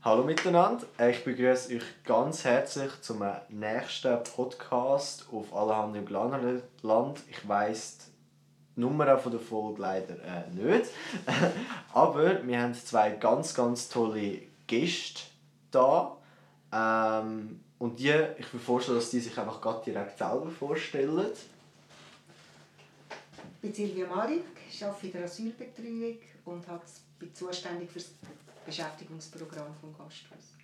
Hallo miteinander, ich begrüße euch ganz herzlich zum nächsten Podcast auf Allerhand im Land. Ich weiss die Nummer von der Folge leider nicht, aber wir haben zwei ganz, ganz tolle Gäste da. Und ich würde vorstellen, dass die sich einfach gerade direkt selber vorstellen. Ich bin Silvia Marik, arbeite in der Asylbetreuung und bin zuständig für das Beschäftigungsprogramm des Gasthauses.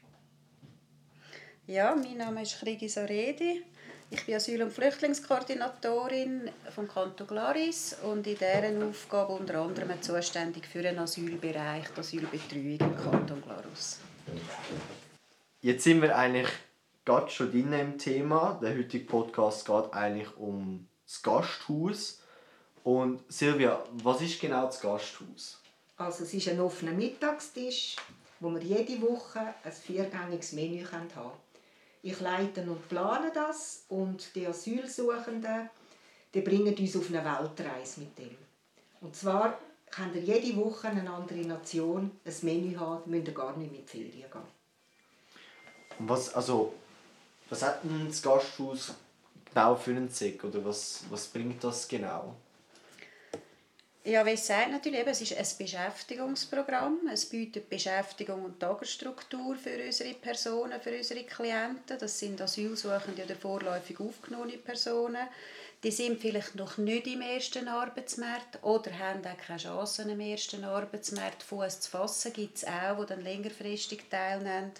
Ja, mein Name ist Krigi Saredi. Ich bin Asyl- und Flüchtlingskoordinatorin vom Kanton Glaris und in deren Aufgabe unter anderem zuständig für den Asylbereich, die Asylbetreuung im Kanton Glarus. Jetzt sind wir eigentlich gerade schon drin im Thema. Der heutige Podcast geht eigentlich um das Gasthaus. Und Silvia, was ist genau das Gasthaus? Also es ist ein offener Mittagstisch, wo wir jede Woche ein 4-gängiges Menü haben können. Ich leite und plane das und die Asylsuchenden die bringen uns auf eine Weltreise mit dem. Und zwar könnt ihr jede Woche eine andere Nation ein Menü haben, müsst ihr gar nicht mit Ferien gehen. Und was hat denn das Gasthaus genau für einen Zweck? Oder was bringt das genau? Ja, wie es sagt, natürlich, es ist ein Beschäftigungsprogramm. Es bietet Beschäftigung und Tagesstruktur für unsere Personen, für unsere Klienten. Das sind Asylsuchende oder vorläufig aufgenommene Personen. Die sind vielleicht noch nicht im ersten Arbeitsmarkt oder haben auch keine Chancen, im ersten Arbeitsmarkt Fuß zu fassen. Gibt es auch, die dann längerfristig teilnehmen.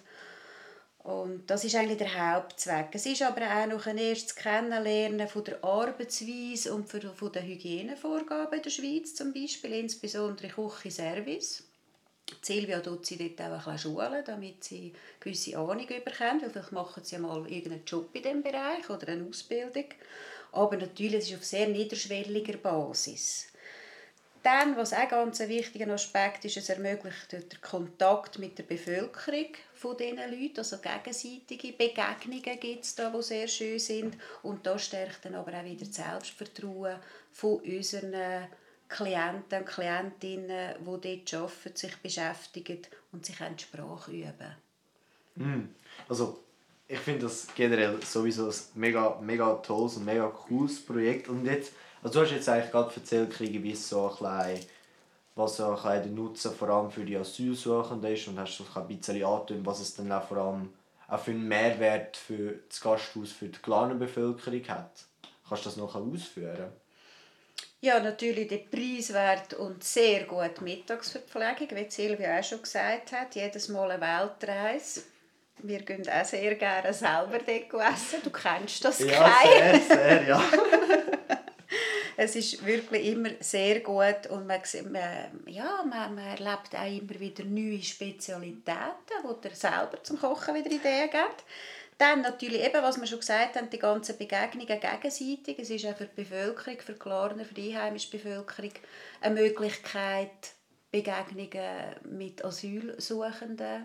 Und das ist eigentlich der Hauptzweck. Es ist aber auch noch ein erstes Kennenlernen von der Arbeitsweise und von den Hygienevorgaben in der Schweiz zum Beispiel, insbesondere Küche-Service. Silvia tut sie dort auch ein bisschen schulen, damit sie eine gewisse Ahnung bekommen, weil vielleicht machen sie ja mal irgendeinen Job in diesem Bereich oder eine Ausbildung. Aber natürlich ist es auf sehr niederschwelliger Basis. Dann, was auch ganz ein wichtiger Aspekt ist, es ermöglicht den Kontakt mit der Bevölkerung von diesen Leuten, also gegenseitige Begegnungen gibt es da, die sehr schön sind und das stärkt dann aber auch wieder das Selbstvertrauen von unseren Klienten und Klientinnen, die dort arbeiten, sich beschäftigen und sich die Sprache üben. Also, ich finde das generell sowieso ein mega, mega tolles und mega cooles Projekt. Und jetzt, also du hast jetzt eigentlich gerade erzählt, wie es so ein bisschen, was so ein bisschen der Nutzen vor allem für die Asylsuchenden ist und hast so ein bisschen angetönt, was es dann auch vor allem auch für einen Mehrwert für das Gasthaus für die kleine Bevölkerung hat. Kannst du das noch ausführen? Ja, natürlich der preiswert und sehr gute Mittagsverpflegung, wie Silvia auch schon gesagt hat. Jedes Mal eine Weltreise. Wir gehen auch sehr gerne selber dort essen. Du kennst das, ja, Kai? Sehr, ja. Es ist wirklich immer sehr gut und man erlebt auch immer wieder neue Spezialitäten, wo dir selber zum Kochen wieder Ideen gibt. Dann natürlich eben, was wir schon gesagt haben, die ganzen Begegnungen gegenseitig. Es ist auch für die Bevölkerung, für die Klarner, für die einheimische Bevölkerung eine Möglichkeit, Begegnungen mit Asylsuchenden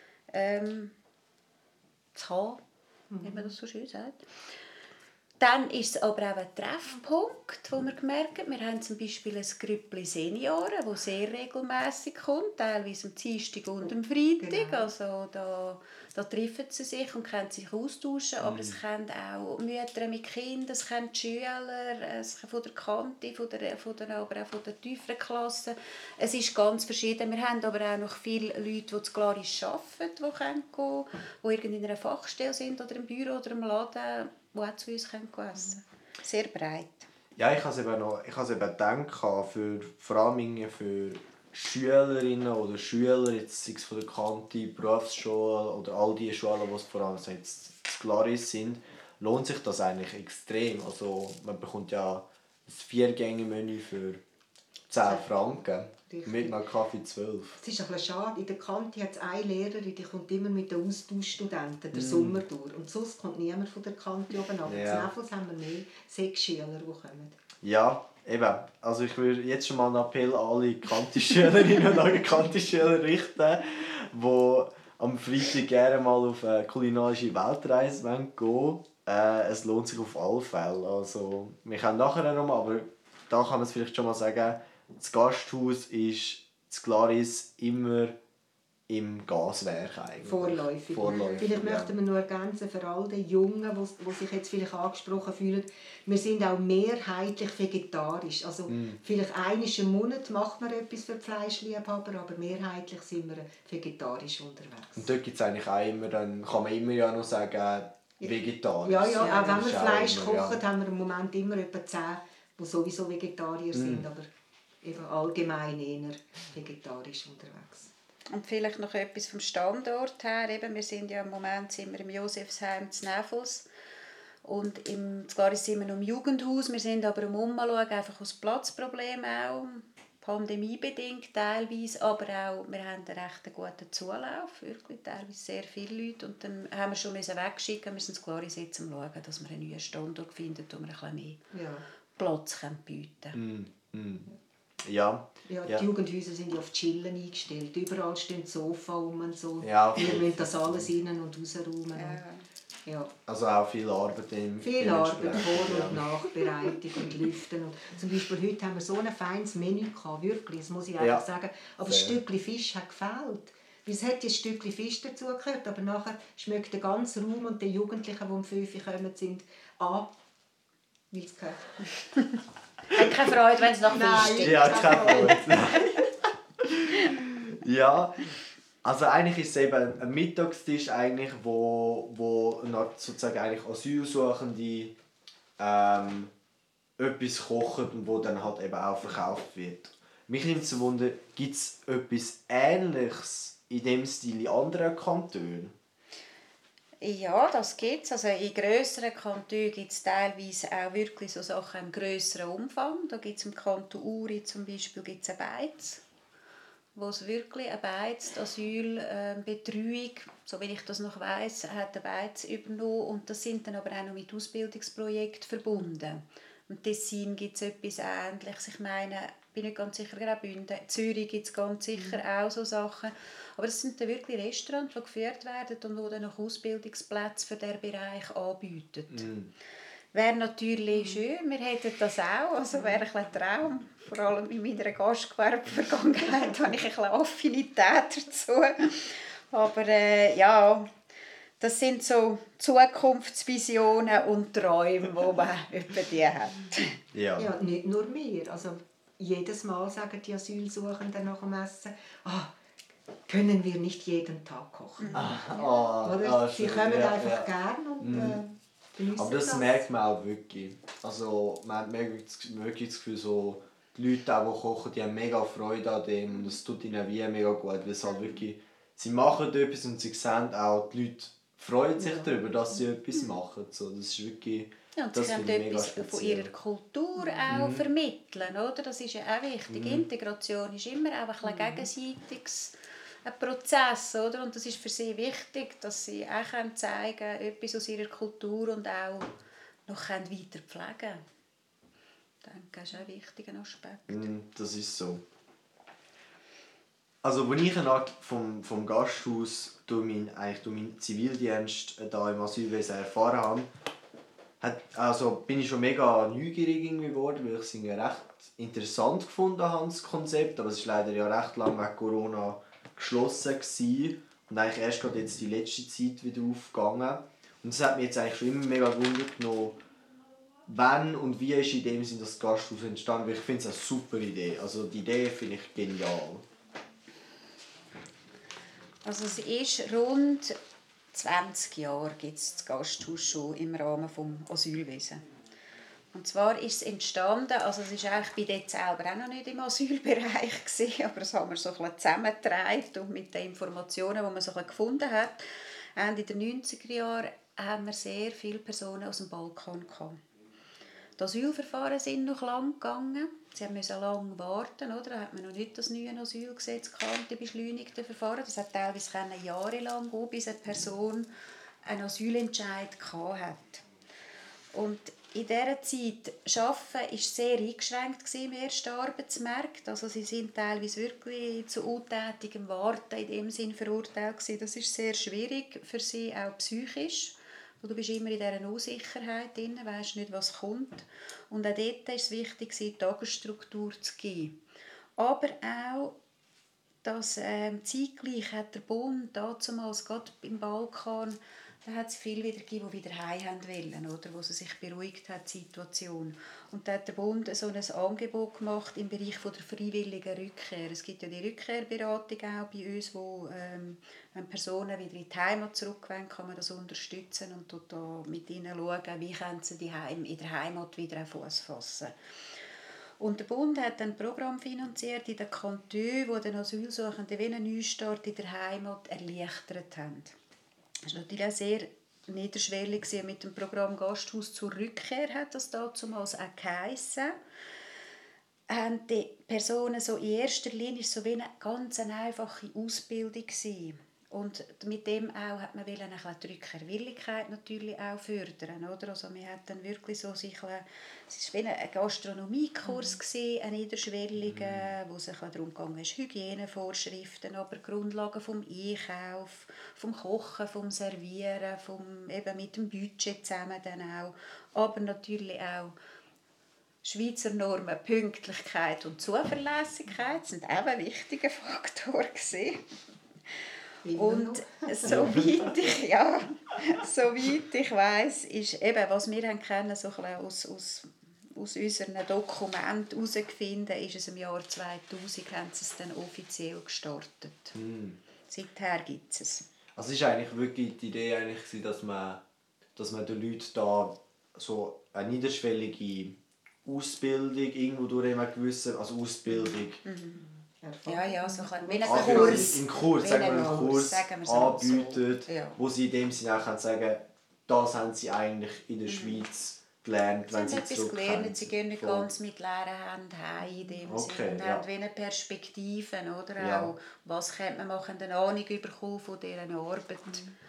zu haben, wie man das so schön sagt. Dann ist es aber auch ein Treffpunkt, wo wir gemerkt haben. Wir haben zum Beispiel ein Grüppli Senioren, das sehr regelmässig kommt, teilweise am Dienstag und am Freitag. Genau. Also da treffen sie sich und können sich austauschen. Aber es können auch Mütter mit Kindern, es können Schüler von der Kante, aber auch von der tieferen Klasse. Es ist ganz verschieden. Wir haben aber auch noch viele Leute, die zu Glaris arbeiten, die gehen, die in einer Fachstelle sind oder im Büro oder im Laden, die auch zu uns essen können. Sehr breit. Ja, ich habe es eben gedacht, vor allem für Schülerinnen oder Schüler, jetzt sei es von der Kante, Berufsschule oder all die Schulen, die vor allem jetzt zu Glaris sind, lohnt sich das eigentlich extrem. Also man bekommt ja ein 4-Gänge-Menü für 10 Franken. Richtig. Mit einem Kaffee 12. Es ist ein bisschen schade. In der Kante hat es eine Lehrerin, die kommt immer mit den Austauschstudenten den Sommer durch. Und sonst kommt niemand von der Kante oben ab. Ja. In Nefels haben wir mehr 6 Schüler, die kommen. Ja, eben. Also ich würde jetzt schon mal einen Appell an alle Kante-Schülerinnen und Kante-Schüler richten, die am Freitag gerne mal auf eine kulinarische Weltreise gehen wollen. Es lohnt sich auf alle Fälle. Also, wir können nachher nochmal, aber da kann man es vielleicht schon mal sagen, das Gasthaus ist in Glaris immer im Gaswerk eigentlich. Vorläufig. Vielleicht möchten wir nur ergänzen für all die Jungen, die sich jetzt vielleicht angesprochen fühlen, wir sind auch mehrheitlich vegetarisch. Also vielleicht einmal im Monat macht man etwas für die Fleischliebhaber, aber mehrheitlich sind wir vegetarisch unterwegs. Und dort gibt's eigentlich auch immer, dann kann man immer ja noch sagen, vegetarisch. Ja, auch wenn wir Fleisch kochen, haben wir im Moment immer etwa 10, die sowieso Vegetarier sind, aber eben allgemein eher vegetarisch unterwegs. Und vielleicht noch etwas vom Standort her. Eben, wir sind ja im Moment im Josefsheim zu Näfels. Und zwar sind wir noch im Jugendhaus, wir sind aber am Umschauen, einfach aus Platzproblemen auch, pandemiebedingt teilweise, aber auch, wir haben einen recht guten Zulauf, wirklich, teilweise sehr viele Leute. Und dann haben wir schon wegschicken, wir sind klar jetzt am Schauen, dass wir einen neuen Standort finden, wo wir ein bisschen mehr Platz bieten können. Ja. Ja, die Jugendhäuser sind ja auf Chillen eingestellt. Überall stehen Sofa rum und so. Ja, wir müssen das alles innen und rausräumen. Ja. Also auch viel Arbeit im Viel Arbeit, Vor- und Nachbereitung und Lüften. Und zum Beispiel heute haben wir so ein feines Menü gehabt, wirklich, das muss ich einfach sagen. Aber das Stückchen Fisch hat gefehlt. Weil es hätte ein Stückchen Fisch dazugehört, aber nachher schmeckt der ganze Raum und die Jugendlichen, die um 5 Uhr kommen, sind an, weil es gehört. Hat keine Freude, wenn es nach Fisch stinkt. Ja, keine Freude. Ja, also eigentlich ist es eben ein Mittagstisch, eigentlich, wo sozusagen eigentlich Asylsuchende etwas kochen und wo dann halt eben auch verkauft wird. Mich nimmt es Wunder, gibt es etwas Ähnliches in dem Stil in anderen Kantonen? Ja, das gibt es. Also in grösseren Kantonen gibt es teilweise auch wirklich so Sachen im grösseren Umfang. Da gibt es im Kanton Uri zum Beispiel gibt's eine Beiz, wo es wirklich eine Beiz, die Asylbetreuung, so wie ich das noch weiss, hat eine Beiz übernommen. Und das sind dann aber auch noch mit Ausbildungsprojekten verbunden. Im Tessin gibt es etwas Ähnliches. Ich meine, bin nicht ganz sicher, Graubünden. In Zürich gibt es ganz sicher auch so Sachen. Aber es sind dann wirklich Restaurants, die geführt werden und die dann noch Ausbildungsplätze für diesen Bereich anbieten. Wäre natürlich schön, wir hätten das auch, also wäre ein Traum. Vor allem in meiner Gastgewerbevergangenheit habe ich ein bisschen Affinität dazu. Aber ja, das sind so Zukunftsvisionen und Träume, die man etwa die hat. Ja, nicht nur wir. Also jedes Mal sagen die Asylsuchenden nach dem Essen, können wir nicht jeden Tag kochen. Sie kommen einfach gerne und aber das merkt man auch wirklich. Also man hat wirklich das Gefühl, so, die Leute, die kochen, die haben mega Freude an dem und es tut ihnen wie mega gut, weil es halt wirklich, sie machen etwas und sie sehen auch, die Leute freuen sich darüber, dass sie etwas machen. So, das ist wirklich... Ja, und sie können etwas von ihrer Kultur auch vermitteln, oder? Das ist ja auch wichtig. Integration ist immer auch ein gegenseitiges Prozess, oder? Und das ist für sie wichtig, dass sie auch zeigen können, etwas aus ihrer Kultur und auch noch weiter pflegen können. Ich denke, das ist auch ein wichtiger Aspekt. Das ist so. Also, als ich vom Gasthaus durch meinen Zivildienst hier im Asylwesen erfahren habe, bin ich schon mega neugierig geworden, weil ich es recht interessant gefunden habe, das Konzept. Aber es ist leider ja recht lange wegen Corona geschlossen gewesen. Und eigentlich erst gerade jetzt die letzte Zeit wieder aufgegangen. Und es hat mich jetzt eigentlich schon immer mega gewundert genommen, wann und wie ist in dem Sinne das Gasthaus entstanden. Weil ich finde es eine super Idee. Also die Idee finde ich genial. Also es ist rund 20 Jahre gibt es das Gasthaus schon im Rahmen des Asylwesens. Und zwar ist es entstanden, also es war eigentlich bei dort selber auch noch nicht im Asylbereich gewesen, aber das haben wir so ein bisschen zusammengetragen und mit den Informationen, die man so gefunden hat. Ende der 90er Jahre haben wir sehr viele Personen aus dem Balkan gehabt. Die Asylverfahren sind noch lang gegangen. Sie mussten lange warten, oder? Da hat man noch nicht das neue Asylgesetz gehabt, die beschleunigten Verfahren. Das hat teilweise jahrelang gehen, bis eine Person einen Asylentscheid hatte. Und in dieser Zeit arbeiten war sehr eingeschränkt im ersten Arbeitsmarkt. Also sie sind teilweise wirklich zu untätigem Warten in dem Sinn verurteilt gewesen. Das ist sehr schwierig für sie, auch psychisch. Du bist immer in dieser Unsicherheit drin, weisst nicht, was kommt. Und auch dort war es wichtig, die Tagesstruktur zu geben. Aber auch dass zeitgleich hat der Bund damals, gerade im Balkan, da hat es viele wieder gegeben, die wieder heim wollen, oder, wo sie sich beruhigt hat, die Situation. Und da hat der Bund so ein Angebot gemacht im Bereich der freiwilligen Rückkehr. Es gibt ja die Rückkehrberatung auch bei uns, wo wenn Personen wieder in die Heimat zurückwollen, kann man das unterstützen und da mit ihnen schauen, wie können sie in der Heimat wieder Fuß fassen. Und der Bund hat ein Programm finanziert in den Kantonen, die den Asylsuchenden wie einen Neustart in der Heimat erleichtert haben. Das war natürlich auch sehr niederschwellig mit dem Programm Gasthaus zur Rückkehr, hat das damals auch geheissen. Die Personen so in erster Linie so wie eine ganz einfache Ausbildung gewesen. Und mit dem auch hat man die Rückkehrwilligkeit natürlich auch fördern, oder? Also man hat dann wirklich so sich, es war wie ein Gastronomiekurs gewesen, ein niederschwelliger, wo es darum ging, Hygienevorschriften, aber Grundlagen vom Einkauf, vom Kochen, vom Servieren, eben mit dem Budget zusammen dann auch, aber natürlich auch Schweizer Normen, Pünktlichkeit und Zuverlässigkeit sind auch ein wichtiger Faktor gewesen. Und soweit ich weiss, ist eben, was wir kennen, so aus unseren Dokumenten herausgefunden, ist es im Jahr 2000 haben sie es dann offiziell gestartet. Seither gibt es. Also ist eigentlich wirklich die Idee eigentlich, dass man den Leuten da so eine niederschwellige Ausbildung irgendwo durch eine gewisse, also Ausbildung. Ja, so wie ein Kurs anbietet, wo sie in dem Sinne auch sagen können, das haben sie eigentlich in der Schweiz gelernt, wenn sie zurückkommen. Sie gehen nicht ganz mit leeren Händen heim in dem Sinne und haben wie eine Perspektive, oder? Ja. Auch, was könnte man machen, eine Ahnung bekommen von dieser Arbeit.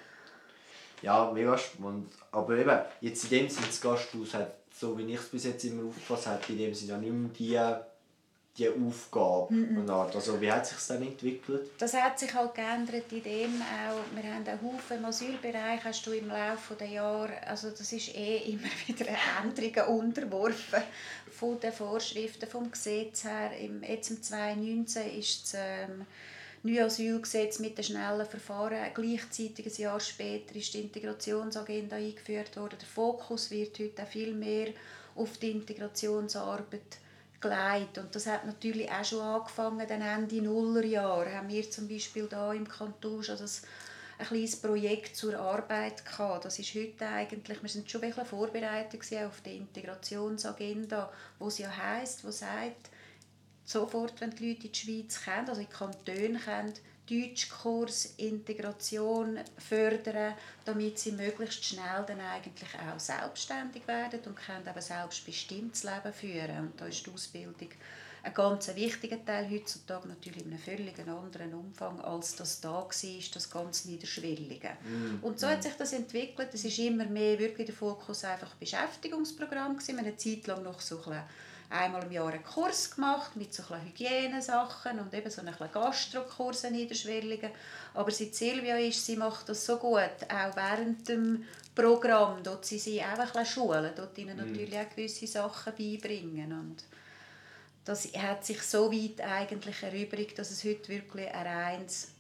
Ja, mega spannend. Aber eben, jetzt in dem Sinne, das Gasthaus hat, so wie ich es bis jetzt immer aufgefasst habe, in dem Sinne ja nicht mehr die Aufgabe. Also, wie hat es sich dann entwickelt? Das hat sich halt geändert in dem auch, wir haben einen Haufen im Asylbereich, hast du im Laufe der Jahre, also das ist immer wieder Änderungen unterworfen von den Vorschriften vom Gesetz her. Jetzt im 2019 ist das neue Asylgesetz mit den schnellen Verfahren, gleichzeitig ein Jahr später ist die Integrationsagenda eingeführt worden. Der Fokus wird heute auch viel mehr auf die Integrationsarbeit gelegt. Und das hat natürlich auch schon angefangen, dann Ende Nullerjahre haben wir zum Beispiel hier im Kanton schon ein kleines Projekt zur Arbeit gehabt. Das ist heute eigentlich, wir sind schon ein bisschen vorbereitet auf die Integrationsagenda, wo es ja heisst, wo sagt, sofort, wenn die Leute in die Schweiz kommen, also in die Kantone kommen, Deutschkurs, Integration fördern, damit sie möglichst schnell dann eigentlich auch selbstständig werden und können eben selbstbestimmtes Leben führen. Und da ist die Ausbildung ein ganz wichtiger Teil, heutzutage natürlich in einem völlig anderen Umfang, als das da war, das ganz Niederschwellige. Und so hat sich das entwickelt. Es ist immer mehr wirklich der Fokus einfach Beschäftigungsprogramm gewesen. Wir haben eine Zeit lang noch so einmal im Jahr einen Kurs gemacht mit so Hygienesachen und eben so einen Gastrokurs niederschwelligen. Aber seit Silvia ist, sie macht das so gut, auch während dem Programm, dort sie auch ein bisschen schulen, dort ihnen natürlich auch gewisse Sachen beibringen. Und das hat sich so weit eigentlich erübrigt, dass es heute wirklich ein reines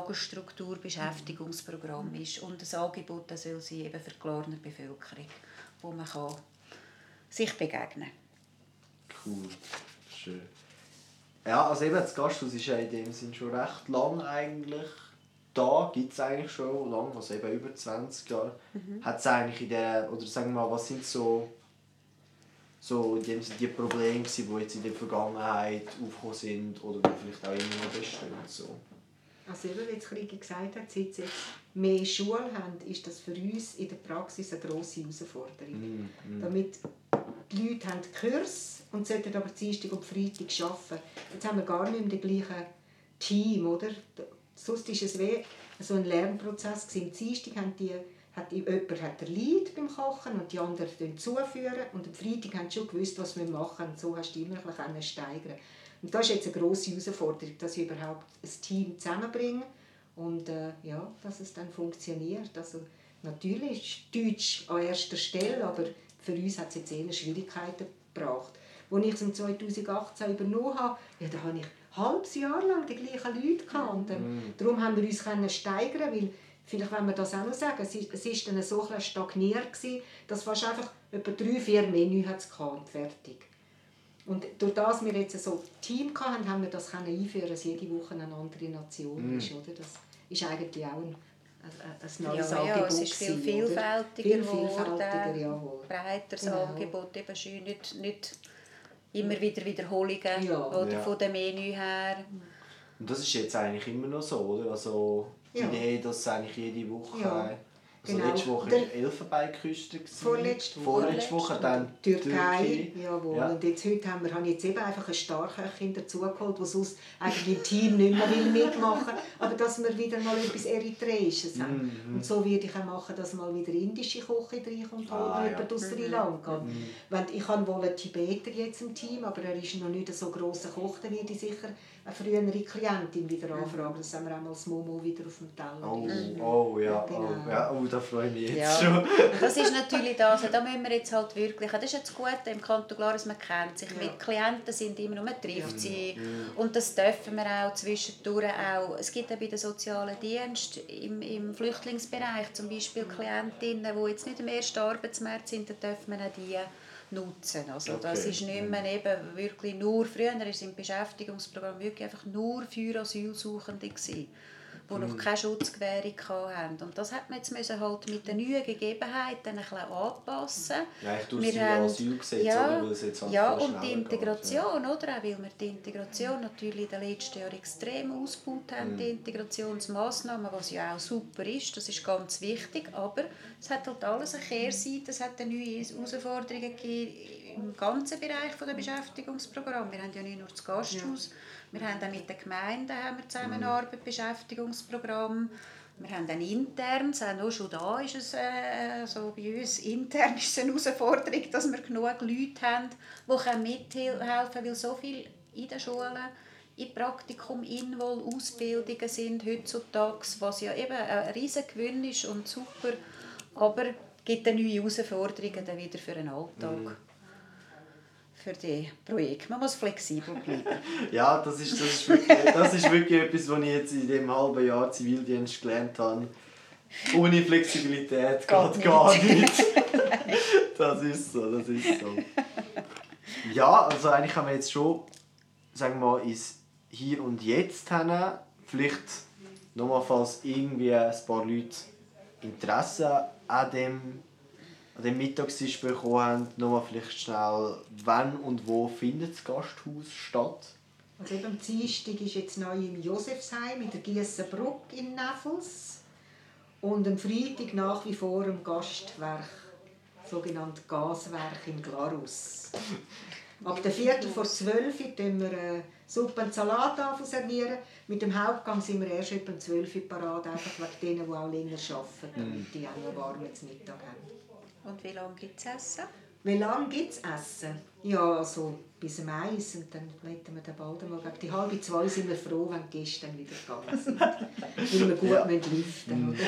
Tagesstruktur-Beschäftigungsprogramm ist und ein Angebot, das soll sie eben für die Glarner Bevölkerung, wo man sich begegnen kann. Cool, schön. Ja, also eben, das Gasthaus ist ja in dem Sinn schon recht lang eigentlich da, gibt es eigentlich schon lange, also eben über 20 Jahre. Hat es eigentlich in der, oder sagen wir mal, was sind so in dem Sinn die Probleme, die jetzt in der Vergangenheit aufgekommen sind oder die vielleicht auch immer noch bestehen und so? Also eben, wie Krigi gesagt hat, seit sie jetzt mehr Schule haben, ist das für uns in der Praxis eine grosse Herausforderung. Damit die Leute haben Kurs und sollten aber Dienstag und Freitag arbeiten. Jetzt haben wir gar nicht mehr das gleiche Team, oder? Sonst war es wie so ein Lernprozess. Am Dienstag hat jemand der Lead beim Kochen und die anderen zuführen. Und am Freitag haben sie schon gewusst, was wir machen. Und so hast du immer ein bisschen steigern. Und das ist jetzt eine grosse Herausforderung, dass ich überhaupt ein Team zusammenbringe und dass es dann funktioniert. Also, natürlich ist Deutsch an erster Stelle, aber für uns hat es jetzt eher Schwierigkeiten gebracht. Als ich es 2018 übernommen habe, da halbes Jahr lang die gleichen Leute gehabt. Und darum haben wir uns steigern, weil vielleicht wollen wir das auch noch sagen, es war dann so ein stagniert, dass fast einfach etwa 3-4 Menü und fertig. Und durch das wir jetzt so ein Team hatten, haben wir das einführen, dass jede Woche eine andere Nation ist. Oder? Das ist eigentlich auch ein neues Angebot. Ja, es ist viel vielfältiger geworden, jawohl. Breiteres Angebot, eben schön, nicht immer wieder Wiederholungen oder von dem Menü her. Und das ist jetzt eigentlich immer noch so, oder? Also die Idee, dass es eigentlich jede Woche... Ja. Also Genau. letzte Woche war die Elfenbeinküste. Vorletzte Woche dann Türkei. Jawohl. Ja. Und heute habe ich jetzt eben einfach eine Starköchin dazugeholt, die sonst eigentlich im Team nicht mehr mitmachen will. Aber dass wir wieder mal etwas Eritreisches haben. Und so würde ich auch machen, dass mal wieder indische Küche reinkommt, jemand aus Sri Lanka. Ich habe wohl einen Tibeter jetzt im Team, aber er ist noch nicht so grosser Koch, dann würde ich sicher eine frühere Klientin wieder anfragen, dass wir auch mal das Momo wieder auf dem Teller Genau. Da freue ich mich jetzt schon. Das ist natürlich das. Da müssen wir jetzt halt wirklich... Das ist jetzt gut im Kanton Glarus, man kennt sich. Mit Klienten sind immer noch, man trifft sie. Und das dürfen wir auch zwischendurch auch. Es gibt auch bei den sozialen Diensten im Flüchtlingsbereich zum Beispiel Klientinnen, die jetzt nicht im ersten Arbeitsmarkt sind, da dürfen wir auch die nutzen. Also das ist nicht mehr eben wirklich nur... Früher war es im Beschäftigungsprogramm wirklich einfach nur für Asylsuchende gewesen, die noch keine Schutzgewährung hatten. Und das hat man jetzt halt mit den neuen Gegebenheiten ein bisschen anpassen. Ja, ich durch das Asylgesetz, oder? Weil es jetzt halt und die Integration, geht, oder? Auch weil wir die Integration natürlich in den letzten Jahren extrem ausgebaut haben, die Integrationsmaßnahmen, was ja auch super ist, das ist ganz wichtig, aber es hat halt alles eine Kehrseite, es hat neue Herausforderungen gegeben im ganzen Bereich des Beschäftigungsprogramms. Wir haben ja nicht nur das Gasthaus, wir haben auch mit den Gemeinden Zusammenarbeit, Beschäftigungsprogramm. Wir haben dann internes, auch noch schon da ist es so bei uns, intern ist es eine Herausforderung, dass wir genug Leute haben, die mithelfen können, weil so viel in den Schulen, im Praktikum, Ausbildungen sind heutzutage, was ja eben ein riesen Gewinn ist und super, aber es gibt neue Herausforderungen dann wieder für den Alltag. Für die Projekte. Man muss flexibel bleiben. Ja, das ist wirklich etwas, was ich jetzt in diesem halben Jahr Zivildienst gelernt habe. Ohne Flexibilität geht gar nichts. Das ist so. Ja, also eigentlich haben wir jetzt schon, sagen wir mal, ins Hier und Jetzt hin. Vielleicht nochmal, falls irgendwie ein paar Leute Interesse an dem Mittagstisch bekommen haben, nochmal vielleicht schnell, wann und wo findet das Gasthaus statt? Also eben am Dienstag ist jetzt neu im Josefsheim in der Giessenbrück in Neffels und am Freitag nach wie vor im Gastwerk, sogenannte Gaswerk in Glarus. Ab der 11:45 servieren wir Suppe und Salat servieren. Mit dem Hauptgang sind wir erst etwa um 12 Uhr parat, einfach wegen denen, die auch länger arbeiten, damit die auch noch warmes Mittag haben. Und wie lange gibt es Essen? Wie lange gibt es Essen? Ja, also bis um 1 und dann möchten wir den bald einmal. Gegen die 1:30 sind wir froh, wenn die Gäste dann wieder gegangen sind. Weil wir gut lüften müssen.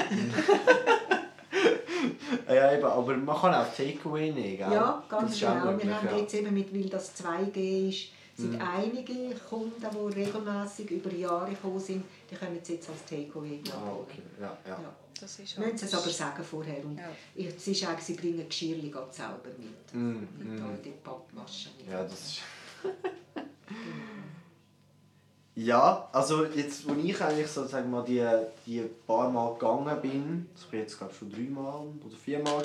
Ja, eben, aber man kann auch Takeaway nehmen, gell? Ja, ganz genau. Wir haben jetzt eben, weil das 2G ist, sind einige Kunden, die regelmässig über Jahre gekommen sind, die können es jetzt als Takeaway abholen. Okay. Ja. Das ist müssen sie es aber sagen vorher. Und es ist eigentlich, sie bringen Geschirrchen selber mit. Und die Pappmaschen mit. Ja, das ist... Ja, also jetzt, als ich eigentlich so, sagen wir mal, die paar Mal gegangen bin, das war jetzt glaube ich schon 3 Mal oder 4 Mal,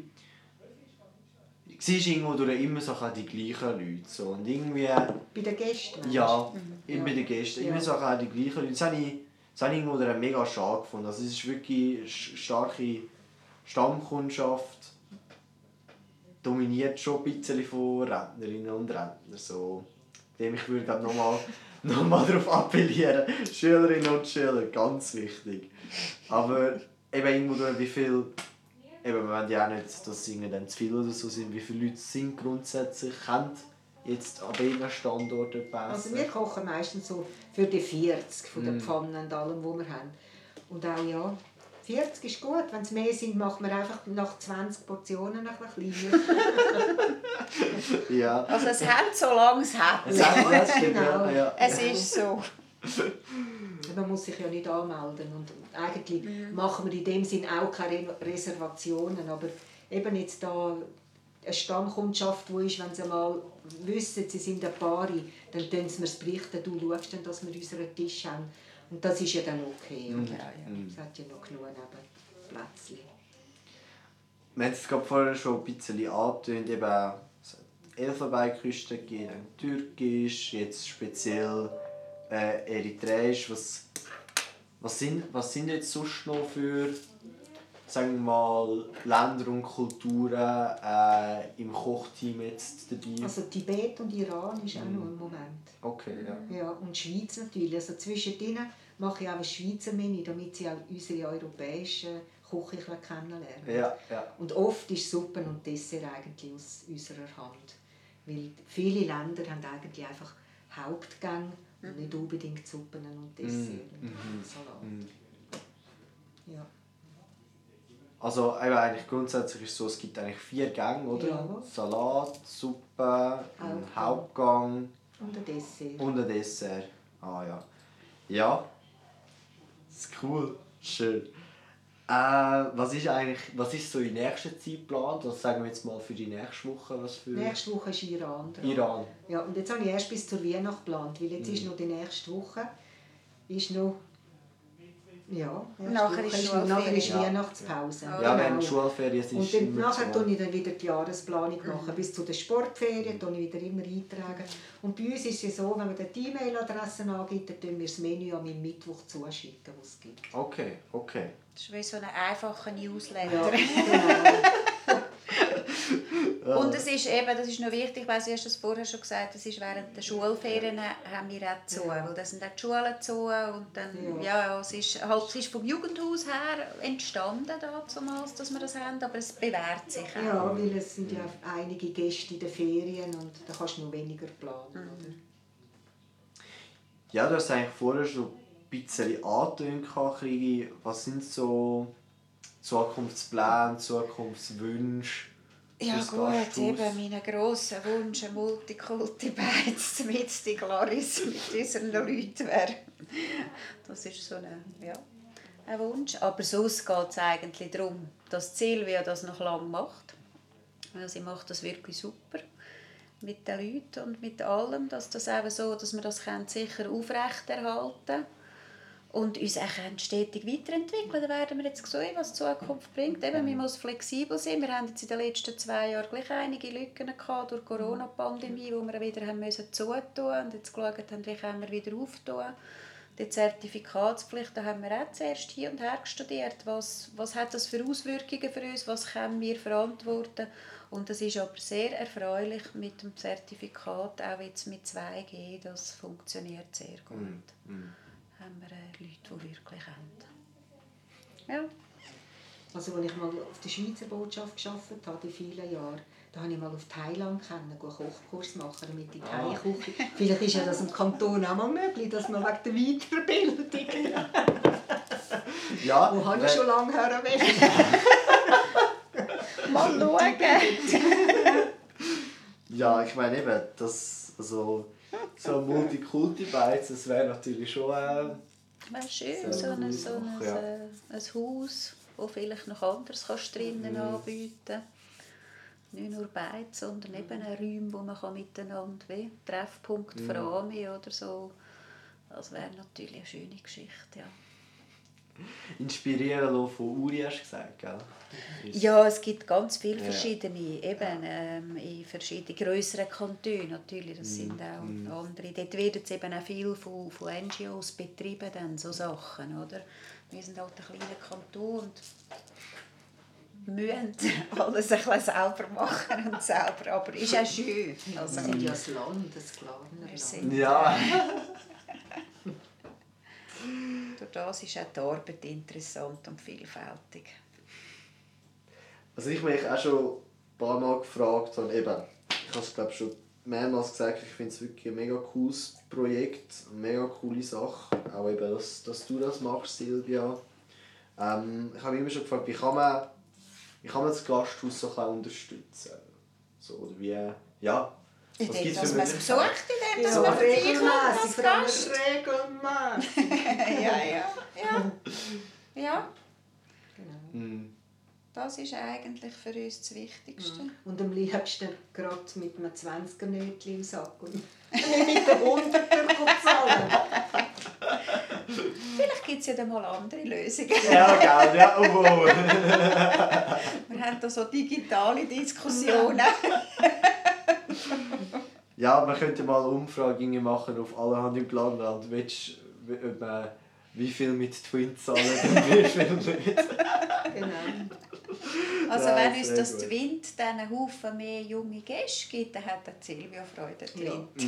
siehst irgendwo durch immer so die gleichen Leute. So. Und irgendwie... Bei den Gästen? Ja, bei den Gästen. Immer so die gleichen Leute. Das habe ich irgendwo mega schade gefunden. Also es ist wirklich eine starke Stammkundschaft. Dominiert schon ein bisschen von Rentnerinnen und Rentnern. So. Ich würde nochmal darauf appellieren. Schülerinnen und Schüler, ganz wichtig. Aber eben irgendwo durch wie viel... Eben, wir wollen ja auch nicht, dass es dann zu viel oder so sind. Wie viele Leute sind grundsätzlich, können jetzt an diesen Standorten essen? Also wir kochen meistens so für die 40 von den Pfannen und allem, was wir haben. Und auch 40 ist gut. Wenn es mehr sind, machen wir einfach nach 20 Portionen ein bisschen kleiner. Ja. Also es hat, solange es hat. Das stimmt, genau. ja. Es ist so. Man muss sich ja nicht anmelden und eigentlich machen wir in dem Sinn auch keine Reservationen, aber eben jetzt da eine Stammkundschaft, die ist, wenn sie mal wissen, sie sind ein Paar, dann tun sie mir berichten, du schaust dann, dass wir unseren Tisch haben. Und das ist ja dann okay. Oder? Es hat ja noch genug Plätzchen. Wir haben es gerade vorher schon ein bisschen angetönt, eben es hat Elfenbeinküste gegeben, dann Türkisch, jetzt speziell Eritreisch. Was sind jetzt sonst noch für, sagen wir mal, Länder und Kulturen im Kochteam jetzt dabei? Also Tibet und Iran ist auch noch im Moment. Okay, ja. Ja, und Schweiz natürlich. Also zwischen denen mache ich auch ein Schweizer Menü, damit sie auch unsere europäischen Küche kennenlernen. Ja, ja. Und oft ist Suppen und Dessert eigentlich aus unserer Hand. Weil viele Länder haben eigentlich einfach Hauptgänge und nicht unbedingt Suppen und Dessert und Salat. Ja. Also eben eigentlich grundsätzlich ist es so, es gibt eigentlich 4 Gänge, oder? Ja. Salat, Suppe, ein Hauptgang Und ein Dessert. und ein Dessert. Ah ja. Ja, das ist cool. Schön. Was ist so in nächster Zeit geplant? Was sagen wir jetzt mal für die nächste Woche? Was für... Nächste Woche ist Iran dran. Iran. Ja, und jetzt habe ich erst bis zur Weihnacht geplant, weil jetzt ist noch die nächste Woche. Ist noch... Ja, Nachher ist Schulferien. nachher ist Ja. Weihnachtspause. Ja, Genau. wenn die Schulferien sind, Und dann, immer nachher so. mache ich dann wieder die Jahresplanung machen. Bis zu den Sportferien tue ich wieder immer eintragen. Und bei uns ist es so, wenn man die E-Mail-Adresse angibt, dann tun wir das Menü an meinem Mittwoch zuschicken, was es gibt. Okay, okay. Das ist wie so ein einfacher Newsletter. Ja, genau. Und es ist eben, das ist noch wichtig, ich weiss, du hast es vorher schon gesagt, es ist während der Schulferien haben wir auch zu, weil da sind auch die Schulen zu und dann, es ist vom Jugendhaus her entstanden damals, dass wir das haben, aber es bewährt sich auch. Ja, weil es sind ja einige Gäste in den Ferien und da kannst du noch weniger planen. Oder? Ja, du hast eigentlich vorher schon ein bisschen angetönt, Krigi. Was sind so Zukunftspläne, Zukunftswünsche? Ja fürs gut, Gasthaus? eben mein grosser Wunsch, ein Multikulti-Beiz mit Stiglaris mit unseren Leuten wäre. Das ist so ein Wunsch. Aber sonst geht es eigentlich darum, dass Silvia das noch lange macht. Also sie macht das wirklich super mit den Leuten und mit allem, dass das eben so, dass wir das sicher aufrechterhalten können. Und uns auch stetig weiterentwickeln. Da werden wir jetzt sehen, was die Zukunft bringt. Eben, man muss flexibel sein. Wir haben jetzt in den letzten 2 Jahren gleich einige Lücken gehabt durch die Corona-Pandemie, wo wir wieder haben müssen zutun und jetzt geschaut haben, wie können wir wieder auftun. Die Zertifikatspflicht, da haben wir auch zuerst hier und her studiert. Was hat das für Auswirkungen für uns? Was können wir verantworten? Und es ist aber sehr erfreulich mit dem Zertifikat, auch jetzt mit 2G, das funktioniert sehr gut. Haben wir Leute, die wirklich haben. Ja. Also als ich mal auf der Schweizer Botschaft gearbeitet habe, in vielen Jahren, da habe ich mal auf Thailand einen Kochkurs machen, damit ich Thai-Küche... Vielleicht ist ja das im Kanton auch mal möglich, dass man wegen der Weiterbildung... Ja, Wo habe ich schon lange her Mal schauen. Ja, ich meine eben, so ein Multikulti-Beiz, das wäre natürlich schon Wäre schön, so ein Haus, wo vielleicht noch anderes kannst drinnen anbieten kann. Nicht nur Beiz, sondern eben ein Räume, wo man miteinander wie Treffpunkt für Ami oder so. Das wäre natürlich eine schöne Geschichte, ja. Inspirieren lassen von Uri, hast du gesagt, gell? Ja, es gibt ganz viele verschiedene, eben in verschiedenen grösseren Kantonen natürlich, das sind auch andere. Dort wird eben auch viel von NGOs betrieben, dann, so Sachen, oder? Wir sind halt ein kleiner Kanton und müssen alles ein bisschen selber machen und selber, aber ist auch schön. Also, Wir sind ja ein Land, ein Sklavenland. Ja. durch das ist auch die Arbeit interessant und vielfältig. Also ich mich auch schon ein paar Mal gefragt habe, eben, ich habe es glaube schon mehrmals gesagt, ich finde es wirklich ein mega cooles Projekt, eine mega coole Sache, auch eben, dass du das machst, Silvia. Ich habe mich immer schon gefragt, wie kann man das Gasthaus so ein bisschen unterstützen? So, oder wie, ja. Ich Was denke, gibt's dass für man es besucht, in dem, dass Ja, man vorbeikommt als regelmässig, Gast. regelmässig. Ja. Genau. Mhm. Das ist eigentlich für uns das Wichtigste. Und am liebsten gerade mit einem 20er-Nötchen im Sack und nicht mit den 100er zahlen. Vielleicht gibt es ja dann mal andere Lösungen. Ja, genau, ja, oh. Wir haben da so digitale Diskussionen. Ja, man könnte mal eine Umfrage machen auf allerhand im Landland. Wie viel mit Twins zahlen und wie viel nicht? Genau. Also Ja, wenn uns sehr das gut. Twint dann einen Haufen mehr junge Gäste gibt, dann hat der Silvio Freude Twint.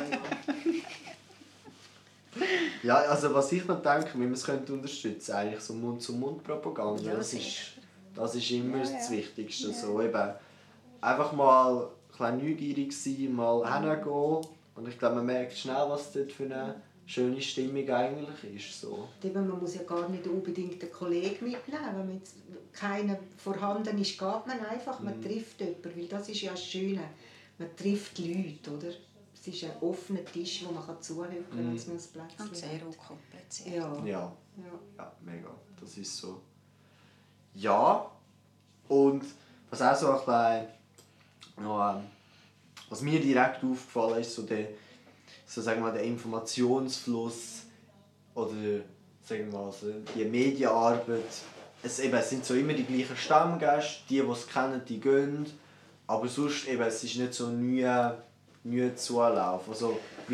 Ja, also was ich noch denke, wie man es könnte unterstützen, eigentlich so Mund-zu-Mund-Propaganda. Ja, das ist immer Ja, das ja. Wichtigste. Ja. So, eben, einfach mal ein bisschen neugierig sein, mal hingehen. Und ich glaube, man merkt schnell, was dort für eine schöne Stimmung eigentlich ist. So. Eben, man muss ja gar nicht unbedingt einen Kollegen mitnehmen. Wenn man jetzt keiner vorhanden ist, geht man einfach, man trifft jemanden. Weil das ist ja das Schöne. Man trifft Leute, oder? Es ist ein offener Tisch, wo man zuhören kann, als man ein Plätzchen Und sehr hat. unkompliziert. Ja. Ja, Ja. ja, mega. Das ist so. Ja, und was auch so ein bisschen noch, was mir direkt aufgefallen ist, so sagen wir mal, der Informationsfluss oder sagen wir mal, so die Medienarbeit. Es sind so immer die gleichen Stammgäste, die es kennen, die gehen. Aber sonst eben, es ist nicht so nie Zulauf. Also, wie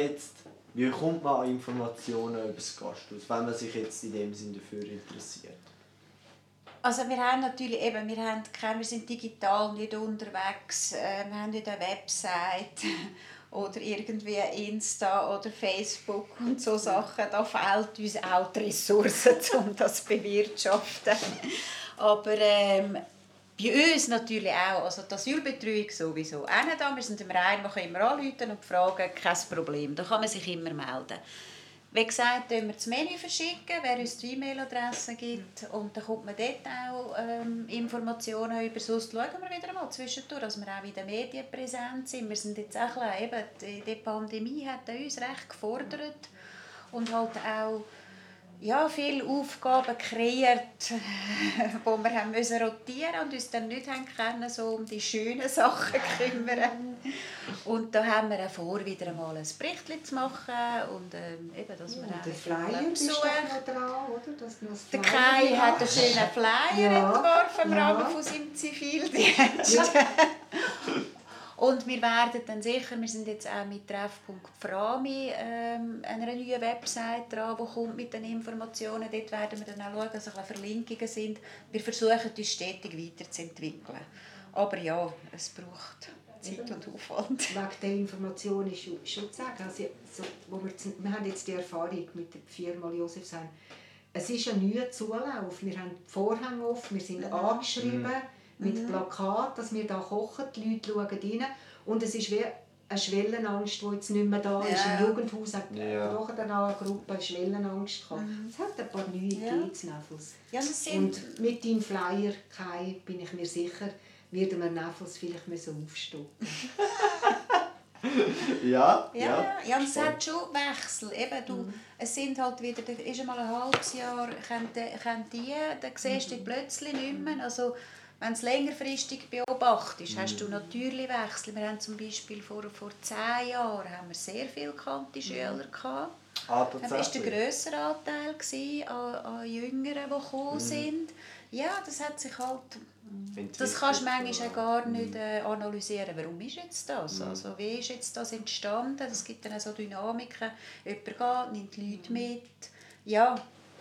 kommt man an Informationen über das Gasthaus, wenn man sich jetzt in dem Sinne dafür interessiert? Also wir haben natürlich wir sind digital nicht unterwegs, wir haben nicht eine Website oder irgendwie Insta oder Facebook und so Sachen. Da fehlt uns auch die Ressourcen, um das zu bewirtschaften. Aber bei uns natürlich auch, also die Asylbetreuung sowieso. Da, wir sind im Rhein, man kann immer anrufen und fragen, kein Problem, da kann man sich immer melden. Wie gesagt, wir das Menü verschicken, wer uns die E-Mail-Adresse gibt. Und dann kommt man dort auch Informationen über. Sonst schauen wir wieder mal zwischendurch, dass wir auch in den Medien präsent sind. Wir sind jetzt auch die Pandemie hat uns recht gefordert und halt auch viele Aufgaben kreiert, wo wir haben müssen rotieren und uns dann nicht haben können, so um die schönen Sachen kümmern. Und da haben wir auch vor, wieder einmal ein Bericht zu machen und dass wir Und der Flyer ist doch noch dran, oder? Dass noch der Kai hat einen schönen Flyer entworfen im Rahmen von seinem Zivildienst. Und wir werden dann sicher, wir sind jetzt auch mit Treffpunkt Frami einer neuen Website dran, die kommt mit den Informationen. Dort werden wir dann auch schauen, dass ein bisschen Verlinkungen sind. Wir versuchen uns stetig weiterzuentwickeln. Aber ja, es braucht Zeit und Aufwand. Wegen der Information ist schon zu sagen, also, wir haben jetzt die Erfahrung mit der Firma Josefsheim. Es ist ein neuer Zulauf. Wir haben die Vorhänge offen, wir sind angeschrieben mit Plakat, dass wir hier kochen, die Leute schauen rein. Und es ist wie eine Schwellenangst, die jetzt nicht mehr da ist. Im Jugendhaus hat nachher eine Gruppe eine Schwellenangst gehabt. Es hat ein paar neue Ideen zu Neffels. Ja, und mit deinem Flyer, Kai, bin ich mir sicher, werden wir Neffels vielleicht aufstocken. Ja, und es hat schon Wechsel. Eben, es sind halt wieder, da ist einmal ein halbes Jahr, dann siehst du die plötzlich nicht mehr. Also, wenn du es längerfristig beobachtest, hast du natürlich Wechsel. Wir haben zum Beispiel vor 10 Jahren haben wir sehr viele bekannte Schüler gehabt. Das war der grössere Anteil an Jüngeren, die gekommen sind. Ja, das hat sich halt... Das kannst du manchmal auch gar nicht analysieren. Warum ist jetzt das? Also, wie ist jetzt das entstanden? Es gibt dann auch so Dynamiken. Jemand geht, nimmt die Leute mit. Ja,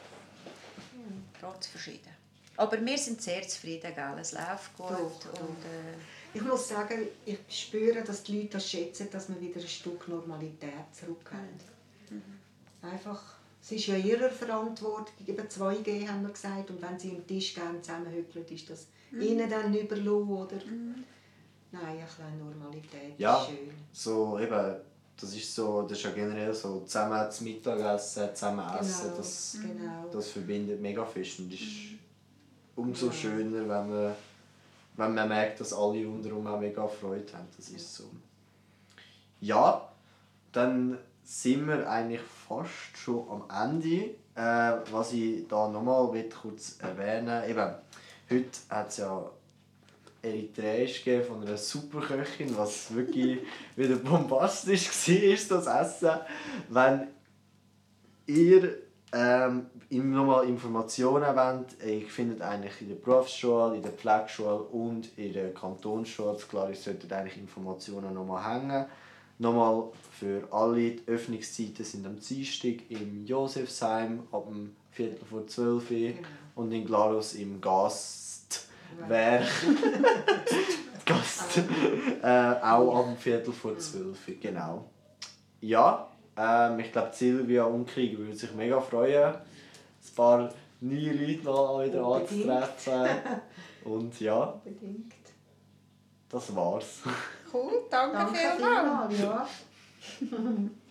ganz verschieden. Aber wir sind sehr zufrieden, gell? Es läuft gut. Doch. Und, ich muss sagen, ich spüre, dass die Leute das schätzen, dass wir wieder ein Stück Normalität zurückhaben. Einfach, es ist ja ihre Verantwortung. Eben 2G haben wir gesagt. Und wenn sie am Tisch gerne zusammenhückeln, ist das ihnen dann überlassen, oder? Nein, eine kleine Normalität ist schön. So eben, das ist ja generell so, zusammen zu Mittagessen, zusammen essen, das verbindet mega fest und ist umso schöner, wenn wenn man merkt, dass alle rundherum auch mega Freude haben. Das ist so. Ja, dann sind wir eigentlich fast schon am Ende. Was ich da nochmal kurz erwähnen will, eben, heute hat es ja Eritreisch gegeben von einer Superköchin, was wirklich wieder bombastisch war, das Essen. Wenn ihr nochmal Informationen wollt, ihr findet eigentlich in der Berufsschule, in der Pflegeschule und in der Kantonsschule, klar, ihr solltet eigentlich Informationen nochmal hängen. Nochmal für alle, die Öffnungszeiten sind am Dienstag im Josefsheim ab dem 11:45 Genau. und in Glarus im Gastwerk. Gast. Auch am 11:45, genau. Ja, ich glaube Silvia und Krieg würden sich mega freuen, ein paar neue Leute mal wieder anzutreffen. Und ja, Unbedingt. das war's. Cool, danke vielmals. Ja.